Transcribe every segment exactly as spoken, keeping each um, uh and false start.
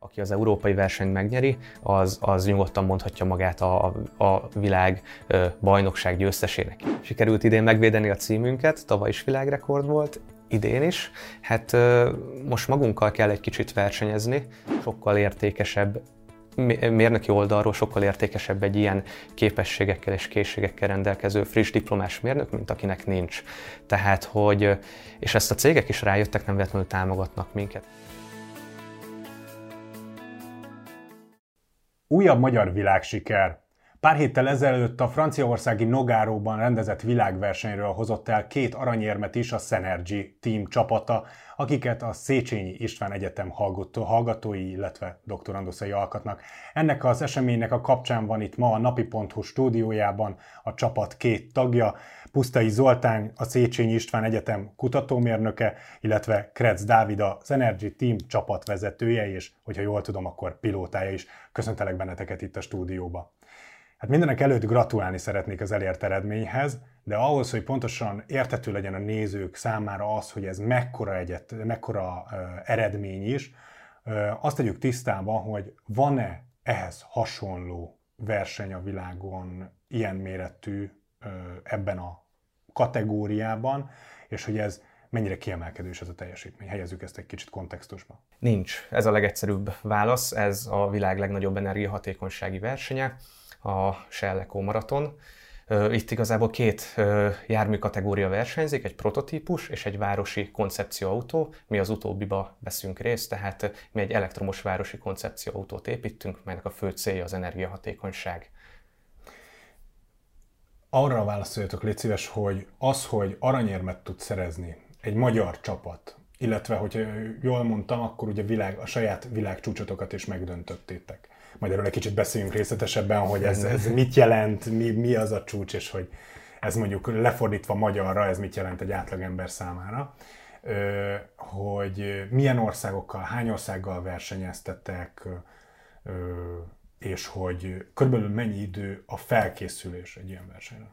Aki az európai versenyt megnyeri, az, az nyugodtan mondhatja magát a, a világ bajnokság győztesének. Sikerült idén megvédeni a címünket, tavaly is világrekord volt, idén is. Hát most magunkkal kell egy kicsit versenyezni, sokkal értékesebb, mérnöki oldalról sokkal értékesebb egy ilyen képességekkel és készségekkel rendelkező friss diplomás mérnök, mint akinek nincs. Tehát, hogy, és ezt a cégek is rájöttek, nem véletlenül támogatnak minket. Újabb magyar világsiker. Pár héttel ezelőtt a franciaországi Nogáróban rendezett világversenyről hozott el két aranyérmet is a Synergy Team csapata, akiket a Széchenyi István Egyetem hallgató, hallgatói, illetve doktoranduszai alkotnak. Ennek az eseménynek a kapcsán van itt ma a napi pont hu stúdiójában a csapat két tagja, Pusztai Zoltán, a Széchenyi István Egyetem kutatómérnöke, illetve Kretz Dávid, a Synergy Team csapatvezetője, és hogyha jól tudom, akkor pilótája is. Köszöntelek benneteket itt a stúdióba. Hát mindenek előtt gratulálni szeretnék az elért eredményhez, de ahhoz, hogy pontosan érthető legyen a nézők számára az, hogy ez mekkora, egyet, mekkora uh, eredmény is, uh, azt tegyük tisztába, hogy van-e ehhez hasonló verseny a világon, ilyen méretű uh, ebben a kategóriában, és hogy ez mennyire kiemelkedős ez a teljesítmény. Helyezzük ezt egy kicsit kontextusba. Nincs. Ez a legegyszerűbb válasz. Ez a világ legnagyobb energiahatékonysági versenye, a Shell-Eco maraton. Itt igazából két jármű kategória versenyzik, egy prototípus és egy városi koncepcióautó. Mi az utóbbiba veszünk részt, tehát mi egy elektromos városi koncepcióautót építünk, melynek a fő célja az energiahatékonyság. Arra válaszoljatok, légy szíves, hogy az, hogy aranyérmet tud szerezni egy magyar csapat, illetve, hogyha jól mondtam, akkor ugye világ, a saját világcsúcsotokat is megdöntöttétek. Majd erről egy kicsit beszéljünk részletesebben, hogy ez, ez mit jelent, mi, mi az a csúcs, és hogy ez mondjuk lefordítva magyarra, ez mit jelent egy átlagember számára. Ö, hogy milyen országokkal, hány országgal versenyeztetek, ö, és hogy körülbelül mennyi idő a felkészülés egy ilyen versenyre?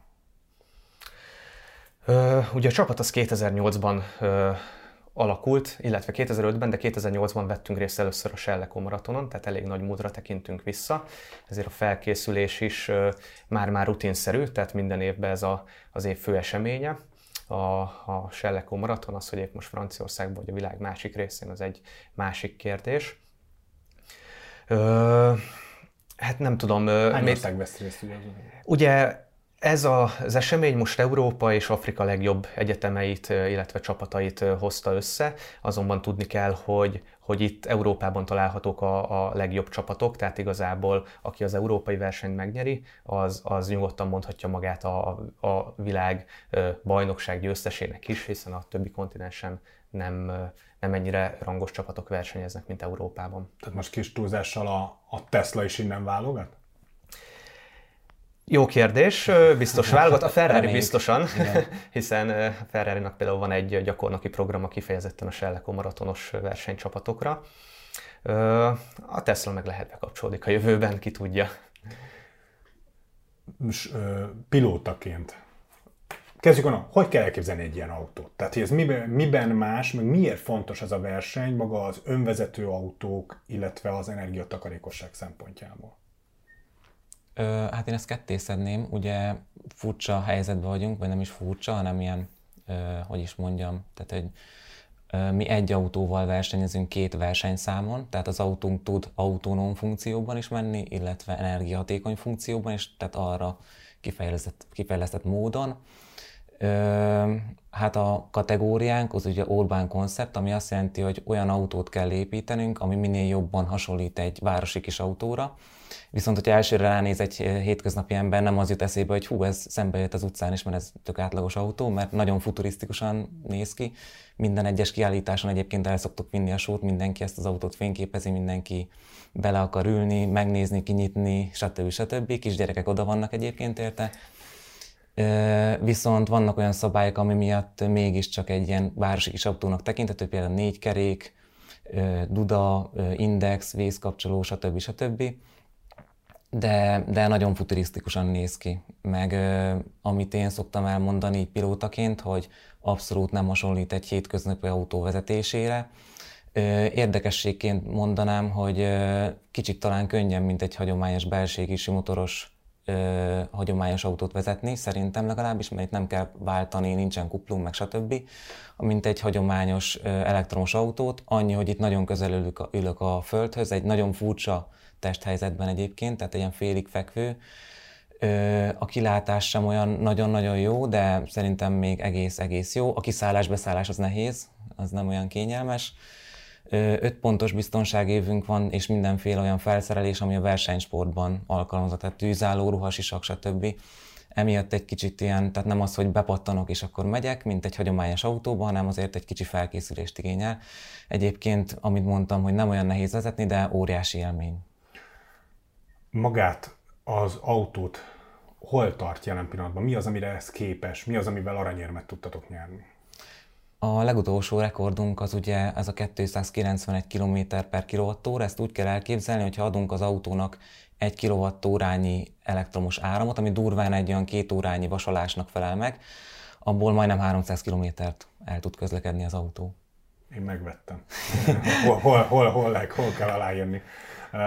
Ö, ugye a csapat az kétezer-nyolcban ö, alakult, illetve kétezer-ötben, de kétezer-nyolcban vettünk részt először a Shell-Eco maratonon, tehát elég nagy múltra tekintünk vissza, ezért a felkészülés is ö, már-már rutinszerű, tehát minden évben ez a, az év fő eseménye. A, a Shell-Eco maraton, az, hogy épp most Franciaországban vagy a világ másik részén, az egy másik kérdés. Ö, hát nem tudom... Hány ország vesz részt? Ugye ez az esemény most Európa és Afrika legjobb egyetemeit, illetve csapatait hozta össze, azonban tudni kell, hogy, hogy itt Európában találhatók a, a legjobb csapatok, tehát igazából aki az európai versenyt megnyeri, az, az nyugodtan mondhatja magát a, a világ bajnokság győztesének is, hiszen a többi kontinensen nem, nem ennyire rangos csapatok versenyeznek, mint Európában. Tehát most kis túlzással a, a Tesla is innen válogat? Jó kérdés, biztos válogat, a Ferrari biztosan, hiszen a Ferrarinak például van egy gyakornoki programa kifejezetten a Shell-Eco maratonos versenycsapatokra. A Tesla meg lehet bekapcsolódik a jövőben, ki tudja. Most pilótaként, kezdjük onnan, hogy kell elképzelni egy ilyen autót? Tehát, hogy ez miben, miben más, meg miért fontos ez a verseny, maga az önvezető autók, illetve az energiatakarékosság szempontjából? Hát én ezt ketté szedném, ugye furcsa helyzetben vagyunk, vagy nem is furcsa, hanem ilyen, hogy is mondjam, tehát hogy mi egy autóval versenyezünk két versenyszámon, tehát az autónk tud autonóm funkcióban is menni, illetve energiahatékony funkcióban is, tehát arra kifejlesztett, kifejlesztett módon. Hát a kategóriánk az ugye Urban Concept, ami azt jelenti, hogy olyan autót kell építenünk, ami minél jobban hasonlít egy városi kis autóra. Viszont, hogyha elsőre ránéz egy hétköznapi ember, nem az jut eszébe, hogy hú, ez szembe jött az utcán is, mert ez tök átlagos autó, mert nagyon futurisztikusan néz ki. Minden egyes kiállításon egyébként el szoktuk vinni a sót, mindenki ezt az autót fényképezi, mindenki bele akar ülni, megnézni, kinyitni, stb. stb. Kisgyerekek oda vannak egyébként érte. Viszont vannak olyan szabályok, ami miatt mégiscsak egy ilyen városi kis autónak tekinthető, például négy kerék, duda, index, vészkapcsoló, stb. stb. De, de nagyon futurisztikusan néz ki. Meg amit én szoktam elmondani pilótaként, hogy abszolút nem hasonlít egy hétköznapi autó vezetésére. Érdekességként mondanám, hogy kicsit talán könnyen, mint egy hagyományos belségési motoros hagyományos autót vezetni, szerintem legalábbis, mert itt nem kell váltani, nincsen kuplung, meg stb. Mint egy hagyományos elektromos autót, annyi, hogy itt nagyon közel ülök a, ülök a földhöz, egy nagyon furcsa testhelyzetben egyébként, tehát egy ilyen félig fekvő. A kilátás sem olyan nagyon-nagyon jó, de szerintem még egész-egész jó. A kiszállás-beszállás az nehéz, az nem olyan kényelmes. Öt pontos biztonságévünk van, és mindenféle olyan felszerelés, ami a versenysportban alkalmazott, tehát tűzálló, ruhasisak, stb. Emiatt egy kicsit ilyen, tehát nem az, hogy bepattanok és akkor megyek, mint egy hagyományos autóban, hanem azért egy kicsi felkészülést igényel. Egyébként, amit mondtam, hogy nem olyan nehéz vezetni, de óriási élmény. Magát az autót hol tart jelen pillanatban? Mi az, amire ez képes? Mi az, amivel aranyérmet tudtatok nyerni? A legutolsó rekordunk az ugye ez a kétszázkilencvenegy kilométer per kilowattóra, ezt úgy kell elképzelni, hogyha adunk az autónak egy kilowattórányi elektromos áramot, ami durván egy olyan két órányi vasalásnak felel meg, abból majdnem háromszáz kilométert el tud közlekedni az autó. Én megvettem. hol, hol, hol, hol, hol, hol kell aláírni? Uh,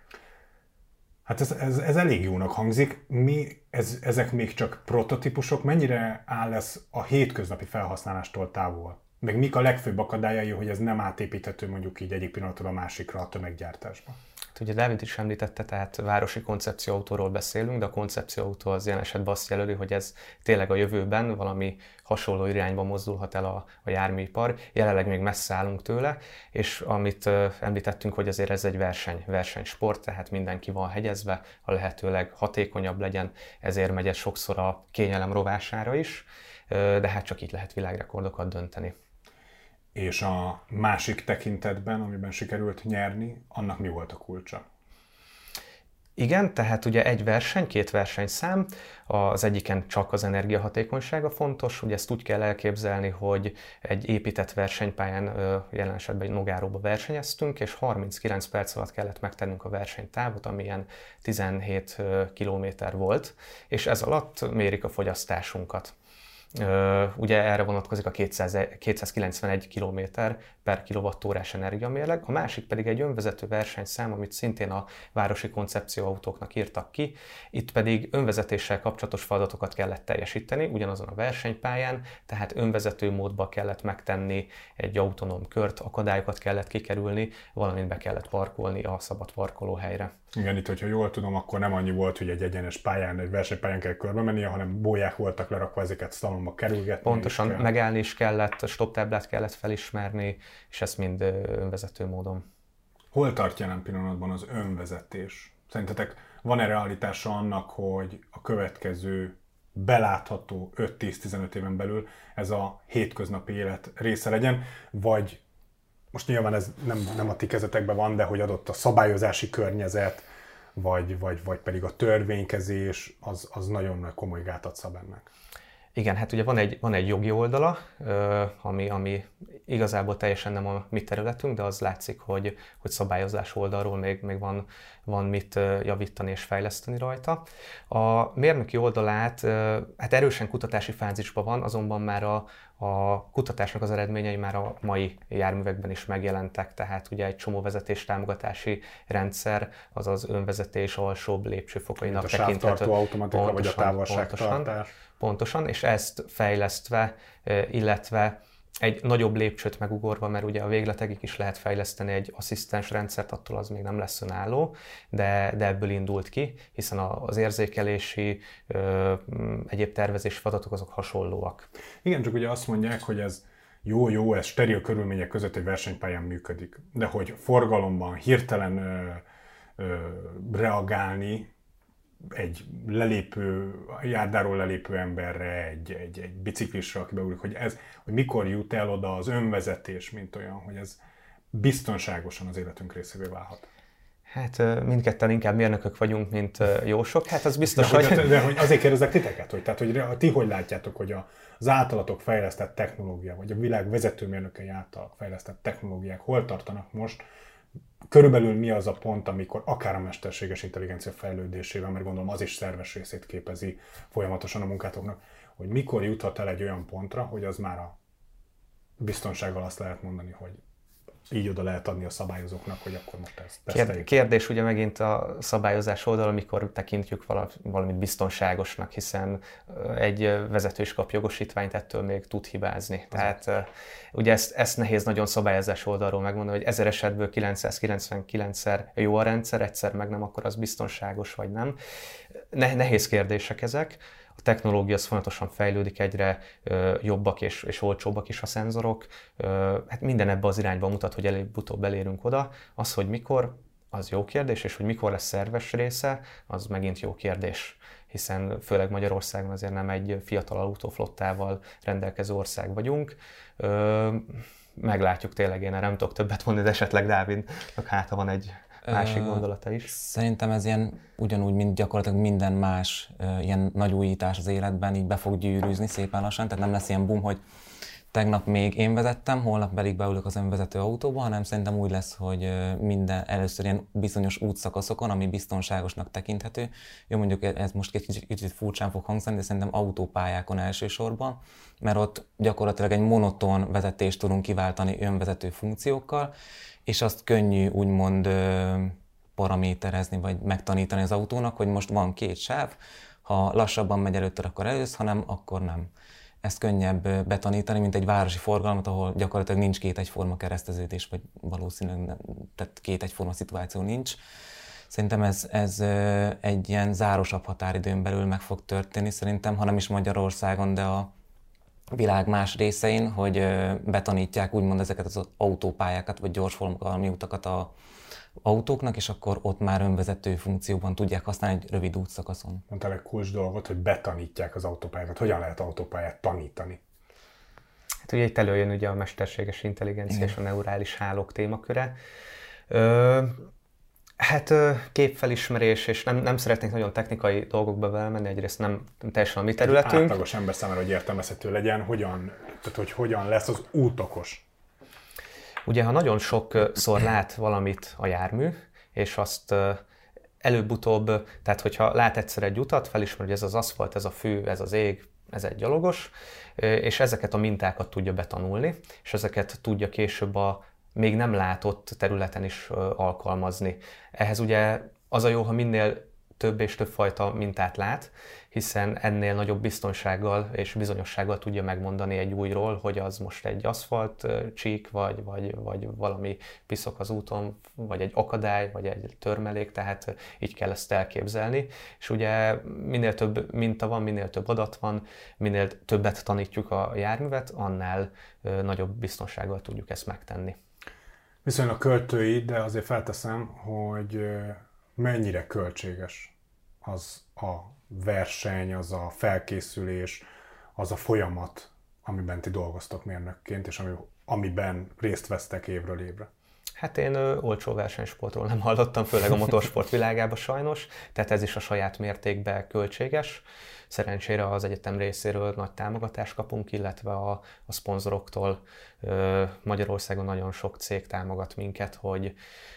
hát ez, ez, ez elég jónak hangzik. Mi, ez, ezek még csak prototípusok. Mennyire áll ez a hétköznapi felhasználástól távol? Meg mik a legfőbb akadályai, hogy ez nem átépíthető mondjuk így egyik pillanatról a másikra a tömeggyártásban? Ugye Dávid is említette, tehát városi koncepcióautóról beszélünk, de a koncepcióautó az ilyen esetben azt jelöli, hogy ez tényleg a jövőben valami hasonló irányba mozdulhat el a, a járműipar. Jelenleg még messze állunk tőle, és amit uh, említettünk, hogy azért ez egy verseny, versenysport, tehát mindenki van hegyezve, a lehetőleg hatékonyabb legyen, ezért megy ez sokszor a kényelem rovására is, uh, de hát csak így lehet világrekordokat dönteni. És a másik tekintetben, amiben sikerült nyerni, annak mi volt a kulcsa? Igen, tehát ugye egy verseny, két versenyszám, az egyiken csak az energiahatékonysága fontos, ugye ezt úgy kell elképzelni, hogy egy épített versenypályán, jelen esetben egy Nogáróba versenyeztünk, és harminckilenc perc alatt kellett megtennünk a versenytávot, ami ilyen tizenhét kilométer volt, és ez alatt mérik a fogyasztásunkat. Uh, ugye erre vonatkozik a kétszázkilencvenegy kilométer per kilowattórás energiamérleg, a másik pedig egy önvezető versenyszám, amit szintén a városi koncepcióautóknak írtak ki. Itt pedig önvezetéssel kapcsolatos feladatokat kellett teljesíteni, ugyanazon a versenypályán, tehát önvezető módba kellett megtenni egy autonóm kört, akadályokat kellett kikerülni, valamint be kellett parkolni a szabad parkolóhelyre. Igen, itt, hogyha jól tudom, akkor nem annyi volt, hogy egy egyenes pályán, egy versenypályán kell körbe mennie, hanem bóják voltak lerakva, ezeket szalomba kerülgetni. Pontosan, kell. megállni is kellett, stoptáblát kellett felismerni, és ezt mind önvezető módon. Hol tart jelen pillanatban az önvezetés? Szerintetek van-e realitása annak, hogy a következő belátható öt-tíz-tizenöt éven belül ez a hétköznapi élet része legyen, vagy most nyilván ez nem, nem a ti kezetekben van, de hogy adott a szabályozási környezet, vagy, vagy, vagy pedig a törvénykezés, az, az nagyon komoly gátat szab ennek. Igen, hát ugye van egy, van egy jogi oldala, ami, ami igazából teljesen nem a mi területünk, de az látszik, hogy, hogy szabályozás oldalról még, még van, van mit javítani és fejleszteni rajta. A mérnöki oldalát hát erősen kutatási fázisban van, azonban már a, a kutatásnak az eredményei már a mai járművekben is megjelentek, tehát ugye egy csomó vezetés támogatási rendszer, azaz önvezetés alsóbb lépcsőfokainak tekinthető. A sávtartó automatika vagy a távolságtartás. Pontosan, és ezt fejlesztve, illetve egy nagyobb lépcsőt megugorva, mert ugye a végletekig is lehet fejleszteni egy asszisztens rendszert, attól az még nem lesz önálló, de, de ebből indult ki, hiszen az érzékelési, ö, egyéb tervezési feladatok azok hasonlóak. Igen, csak ugye azt mondják, hogy ez jó, jó, ez steril körülmények között egy versenypályán működik, de hogy forgalomban hirtelen ö, ö, reagálni, egy lelépő, járdáról lelépő emberre, egy, egy, egy biciklisre, aki beugrik, hogy ez, hogy mikor jut el oda az önvezetés, mint olyan, hogy ez biztonságosan az életünk részévé válhat. Hát mindketten inkább mérnökök vagyunk, mint jósok. Hát az biztos, de, hogy... hogy... De hogy azért kérdezek titeket, hogy, tehát, hogy ti hogy látjátok, hogy az általatok fejlesztett technológia, vagy a világ vezetőmérnökei által fejlesztett technológiák hol tartanak most, körülbelül mi az a pont, amikor akár a mesterséges intelligencia fejlődésével, mert gondolom az is szerves részét képezi folyamatosan a munkátoknak, hogy mikor juthat el egy olyan pontra, hogy az már a biztonsággal azt lehet mondani, hogy így oda lehet adni a szabályozóknak, hogy akkor most ezt teszteljük. Kérdés ugye megint a szabályozás oldal, amikor tekintjük valamit biztonságosnak, hiszen egy vezető is kap jogosítványt, ettől még tud hibázni. Az Tehát az. ugye ezt, ezt nehéz nagyon szabályozás oldalról megmondani, hogy ezer esetből kilencszázkilencvenkilencszer jó a rendszer, egyszer meg nem, akkor az biztonságos vagy nem. Ne, nehéz kérdések ezek. A technológia az folyamatosan fejlődik, egyre ö, jobbak és, és olcsóbbak is a szenzorok. Ö, hát minden ebbe az irányba mutat, hogy előbb-utóbb elérünk oda. Az, hogy mikor, az jó kérdés, és hogy mikor lesz szerves része, az megint jó kérdés. Hiszen főleg Magyarországon azért nem egy fiatal autóflottával rendelkező ország vagyunk. Ö, meglátjuk tényleg, én erre nem tudok többet mondani, de esetleg Dávidnak hátra van egy másik gondolata is. Szerintem ez ilyen ugyanúgy, mint gyakorlatilag minden más uh, ilyen nagy újítás az életben, így be fog gyűrűzni szépen lassan, tehát nem lesz ilyen bum, hogy tegnap még én vezettem, holnap pedig beülök az önvezető autóba, hanem szerintem úgy lesz, hogy uh, minden először ilyen bizonyos útszakaszokon, ami biztonságosnak tekinthető. Jó, mondjuk ez most kicsit, kicsit furcsán fog hangzani, de szerintem autópályákon elsősorban, mert ott gyakorlatilag egy monoton vezetést tudunk kiváltani önvezető funkciókkal, és azt könnyű úgymond paraméterezni, vagy megtanítani az autónak, hogy most van két sáv, ha lassabban megy előtted, akkor elősz, hanem akkor nem. Ezt könnyebb betanítani, mint egy városi forgalmat, ahol gyakorlatilag nincs két egyforma kereszteződés, vagy valószínűleg nem, tehát két egyforma szituáció nincs. Szerintem ez, ez egy ilyen zárosabb határidőn belül meg fog történni, szerintem, ha nem is Magyarországon, de a világ más részein, hogy betanítják úgymond ezeket az autópályákat, vagy gyorsforgalmi utakat az autóknak, és akkor ott már önvezető funkcióban tudják használni egy rövid útszakaszon. Mondtál egy kulcs dolgot, hogy betanítják az autópályákat. Hogyan lehet autópályát tanítani? Hát ugye itt előjön ugye a mesterséges intelligencia és a neurális hálók témaköre. Ö, Hát képfelismerés, és nem, nem szeretnék nagyon technikai dolgokba belemenni, egyrészt nem teljesen a mi területünk. Átlagos ember számára, hogy értelmezhető legyen, hogyan, tehát hogy hogyan lesz az út okos? Ugye, ha nagyon sokszor lát valamit a jármű, és azt előbb-utóbb, tehát hogyha lát egyszer egy utat, felismer, hogy ez az aszfalt, ez a fű, ez az ég, ez egy gyalogos, és ezeket a mintákat tudja betanulni, és ezeket tudja később a még nem látott területen is alkalmazni. Ehhez ugye az a jó, ha minél több és több fajta mintát lát, hiszen ennél nagyobb biztonsággal és bizonyossággal tudja megmondani egy újról, hogy az most egy aszfalt csík, vagy, vagy, vagy valami piszok az úton, vagy egy akadály, vagy egy törmelék, tehát így kell ezt elképzelni. És ugye minél több minta van, minél több adat van, minél többet tanítjuk a járművet, annál nagyobb biztonsággal tudjuk ezt megtenni. Viszonylag költői, de azért felteszem, hogy mennyire költséges az a verseny, az a felkészülés, az a folyamat, amiben ti dolgoztok mérnökként, és ami, amiben részt vesztek évről évre. Hát én ö, olcsó versenysportról nem hallottam, főleg a motorsport világában sajnos, tehát ez is a saját mértékben költséges. Szerencsére az egyetem részéről nagy támogatást kapunk, illetve a, a szponzoroktól ö, Magyarországon nagyon sok cég támogat minket, hogy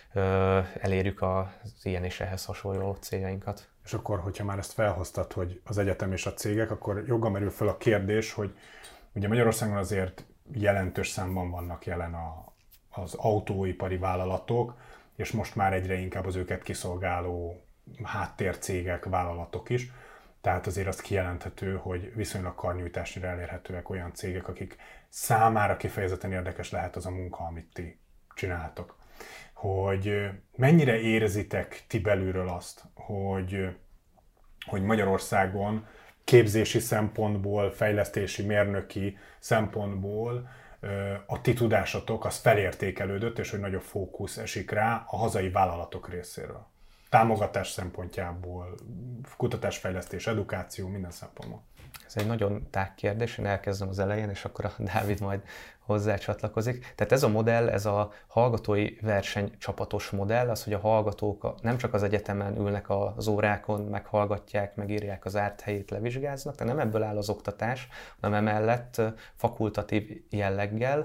ö, elérjük az ilyen és ehhez hasonló céljainkat. És akkor, hogyha már ezt felhoztad, hogy az egyetem és a cégek, akkor joggal merül fel a kérdés, hogy ugye Magyarországon azért jelentős számban vannak jelen a az autóipari vállalatok, és most már egyre inkább az őket kiszolgáló háttércégek, vállalatok is. Tehát azért az kijelenthető, hogy viszonylag karnyújtásnyira elérhetőek olyan cégek, akik számára kifejezetten érdekes lehet az a munka, amit ti csináltok. Hogy mennyire érzitek ti belülről azt, hogy, hogy Magyarországon képzési szempontból, fejlesztési, mérnöki szempontból a ti tudásatok az felértékelődött, és hogy nagyobb fókusz esik rá a hazai vállalatok részéről. Támogatás szempontjából, kutatásfejlesztés, edukáció, minden szempontból. Ez egy nagyon tág kérdés, én elkezdem az elején, és akkor a Dávid majd hozzá csatlakozik. Tehát ez a modell, ez a hallgatói versenycsapatos modell, az, hogy a hallgatók nem csak az egyetemen ülnek az órákon, meghallgatják, megírják az árt helyét, levizsgáznak, de nem ebből áll az oktatás, hanem emellett fakultatív jelleggel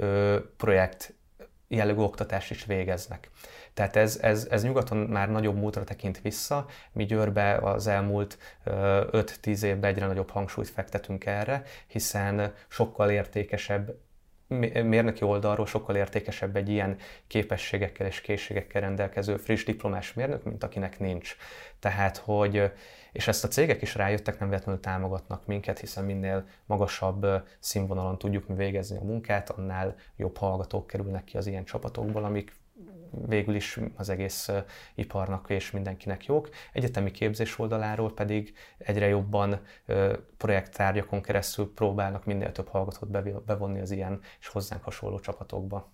projekt jellegű oktatást is végeznek. Tehát ez, ez, ez nyugaton már nagyobb múltra tekint vissza, mi Győrbe az elmúlt öt-tíz évben egyre nagyobb hangsúlyt fektetünk erre, hiszen sokkal értékesebb mérnöki oldalról sokkal értékesebb egy ilyen képességekkel és készségekkel rendelkező friss diplomás mérnök, mint akinek nincs. Tehát, hogy, és ezt a cégek is rájöttek, nem véletlenül támogatnak minket, hiszen minél magasabb színvonalon tudjuk mi végezni a munkát, annál jobb hallgatók kerülnek ki az ilyen csapatokból, amik végül is az egész iparnak és mindenkinek jók. Egyetemi képzés oldaláról pedig egyre jobban projekttárgyakon keresztül próbálnak minél több hallgatót bevonni az ilyen és hozzánk hasonló csapatokba.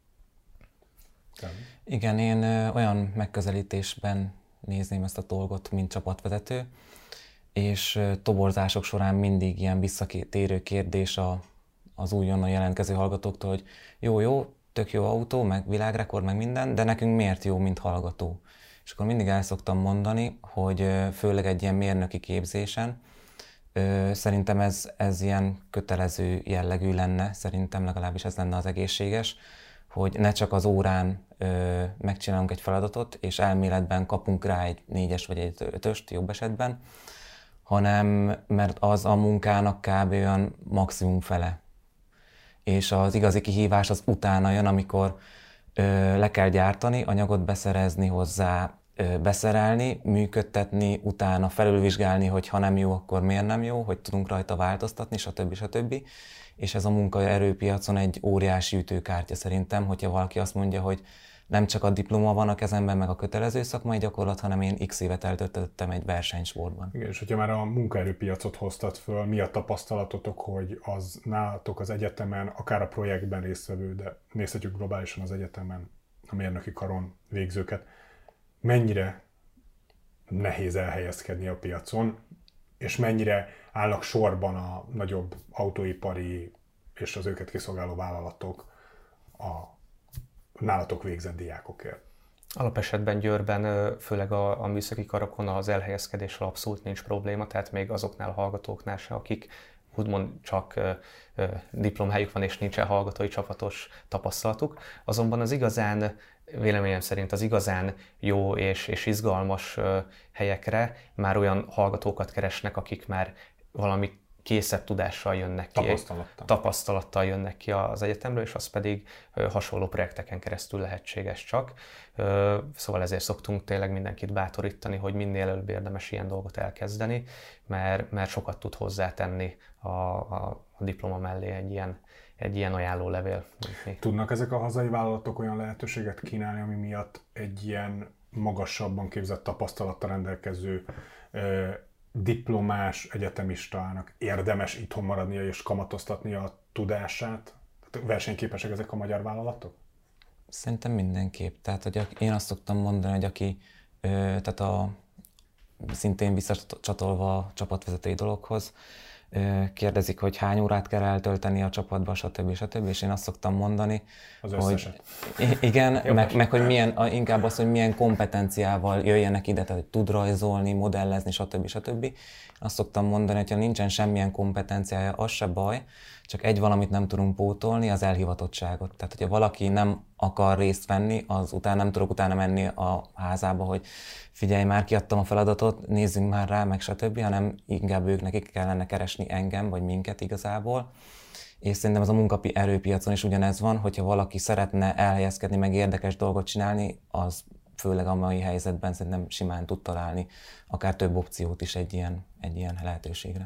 Igen, én olyan megközelítésben nézném ezt a dolgot, mint csapatvezető, és toborzások során mindig ilyen visszatérő kérdés a, az újonnan jelentkező hallgatóktól, hogy jó, jó, tök jó autó, meg világrekord, meg minden, de nekünk miért jó, mint hallgató? És akkor mindig el szoktam mondani, hogy főleg egy ilyen mérnöki képzésen szerintem ez, ez ilyen kötelező jellegű lenne, szerintem legalábbis ez lenne az egészséges, hogy ne csak az órán ö, megcsinálunk egy feladatot, és elméletben kapunk rá egy négyes vagy egy ötöst jobb esetben, hanem mert az a munkának kb. Olyan maximum fele. És az igazi kihívás az utána jön, amikor ö, le kell gyártani, anyagot beszerezni hozzá, ö, beszerelni, működtetni, utána felülvizsgálni, hogy ha nem jó, akkor miért nem jó, hogy tudunk rajta változtatni, stb. stb. És ez a munkaerőpiacon egy óriási ütőkártya szerintem, hogyha valaki azt mondja, hogy nem csak a diploma van a kezemben, meg a kötelező szakmai gyakorlat, hanem én x évet eltöltöttem egy versenysportban. Igen, és hogyha már a munkaerőpiacot hoztad föl, mi a tapasztalatotok, hogy az nálatok az egyetemen, akár a projektben résztvevő, de nézhetjük globálisan az egyetemen a mérnöki karon végzőket, mennyire nehéz elhelyezkedni a piacon, és mennyire állnak sorban a nagyobb autóipari és az őket kiszolgáló vállalatok a nálatok végzett diákokért? Alapesetben Győrben, főleg a, a műszaki karokon az elhelyezkedéssel abszolút nincs probléma, tehát még azoknál a hallgatóknál se, akik úgymond csak ö, ö, diplomájuk van és nincsen hallgatói csapatos tapasztalatuk. Azonban az igazán, véleményem szerint az igazán jó és, és izgalmas ö, helyekre már olyan hallgatókat keresnek, akik már valami készebb tudással jönnek ki, tapasztalattal. tapasztalattal jönnek ki az egyetemről, és az pedig hasonló projekteken keresztül lehetséges csak. Szóval ezért szoktunk tényleg mindenkit bátorítani, hogy minél előbb érdemes ilyen dolgot elkezdeni, mert, mert sokat tud hozzátenni a, a, a diploma mellé egy ilyen, egy ilyen ajánlólevél. Tudnak ezek a hazai vállalatok olyan lehetőséget kínálni, ami miatt egy ilyen magasabban képzett tapasztalattal rendelkező diplomás egyetemistának érdemes itthon maradnia és kamatoztatnia a tudását? Tehát versenyképesek ezek a magyar vállalatok? Szerintem mindenképp. Tehát, hogy én azt szoktam mondani, hogy aki ö, tehát a, szintén visszacsatolva a csapatvezetői dologhoz, ö, kérdezik, hogy hány órát kell eltölteni a csapatba, stb. stb. És én azt szoktam mondani, az hogy igen, meg, meg hogy milyen, inkább az, hogy milyen kompetenciával jöjjenek ide, tehát hogy tud rajzolni, modellezni, stb. stb. Azt szoktam mondani, hogy ha nincsen semmilyen kompetenciája, az se baj, csak egy valamit nem tudunk pótolni, az elhivatottságot. Tehát, hogyha valaki nem akar részt venni, az után nem tudok utána menni a házába, hogy figyelj, már kiadtam a feladatot, nézzünk már rá, meg stb., hanem inkább ők nekik kellene keresni engem, vagy minket igazából. És szerintem az a munkaerőpiacon is ugyanez van, hogyha valaki szeretne elhelyezkedni, meg érdekes dolgot csinálni, az főleg a mai helyzetben szerintem simán tud találni akár több opciót is egy ilyen, egy ilyen lehetőségre.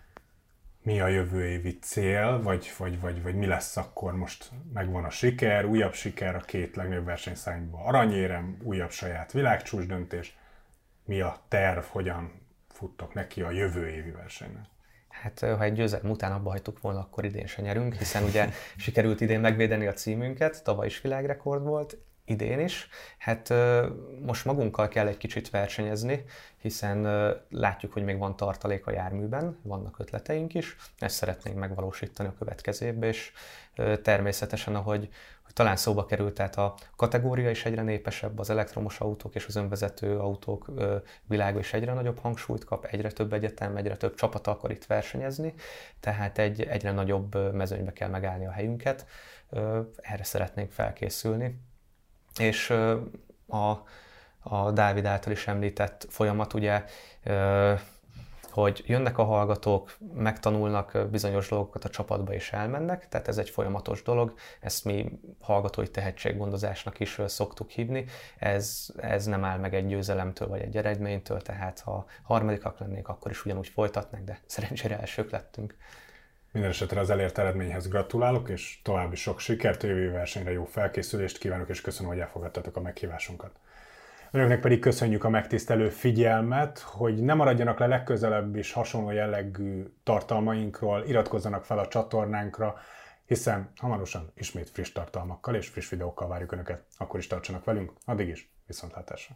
Mi a jövő évi cél, vagy, vagy, vagy, vagy mi lesz akkor? Most megvan a siker, újabb siker, a két legnagyobb versenyszámban aranyérem, újabb saját világcsúcsdöntés. Mi a terv, hogyan futtok neki a jövő évi versenynek? Hát ha egy győzelem után abba hagytuk volna, akkor idén se nyerünk, hiszen ugye sikerült idén megvédeni a címünket, tavaly is világrekord volt, idén is. Hát most magunkkal kell egy kicsit versenyezni, hiszen látjuk, hogy még van tartalék a járműben, vannak ötleteink is, ezt szeretnénk megvalósítani a következő évben, és természetesen, ahogy hogy talán szóba került, tehát a kategória is egyre népesebb, az elektromos autók és az önvezető autók világa is egyre nagyobb hangsúlyt kap, egyre több egyetem, egyre több csapat akar itt versenyezni, tehát egy egyre nagyobb mezőnybe kell megállni a helyünket, erre szeretnénk felkészülni. És a, a Dávid által is említett folyamat ugye hogy jönnek a hallgatók, megtanulnak bizonyos dolgokat a csapatba és elmennek, tehát ez egy folyamatos dolog, ezt mi hallgatói tehetséggondozásnak is szoktuk hívni, ez, ez nem áll meg egy győzelemtől vagy egy eredménytől, tehát ha harmadikak lennék, akkor is ugyanúgy folytatnak, de szerencsére elsők lettünk. Mindenesetre az elért eredményhez gratulálok, és további sok sikert, jövő versenyre jó felkészülést kívánok, és köszönöm, hogy elfogadtatok a meghívásunkat. Önöknek pedig köszönjük a megtisztelő figyelmet, hogy ne maradjanak le legközelebb is hasonló jellegű tartalmainkról, iratkozzanak fel a csatornánkra, hiszen hamarosan ismét friss tartalmakkal és friss videókkal várjuk Önöket. Akkor is tartsanak velünk, addig is viszontlátásra!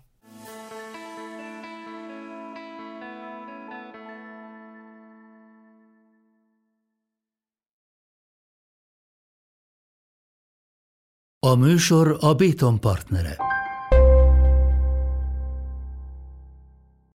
A műsor a Béton partnere.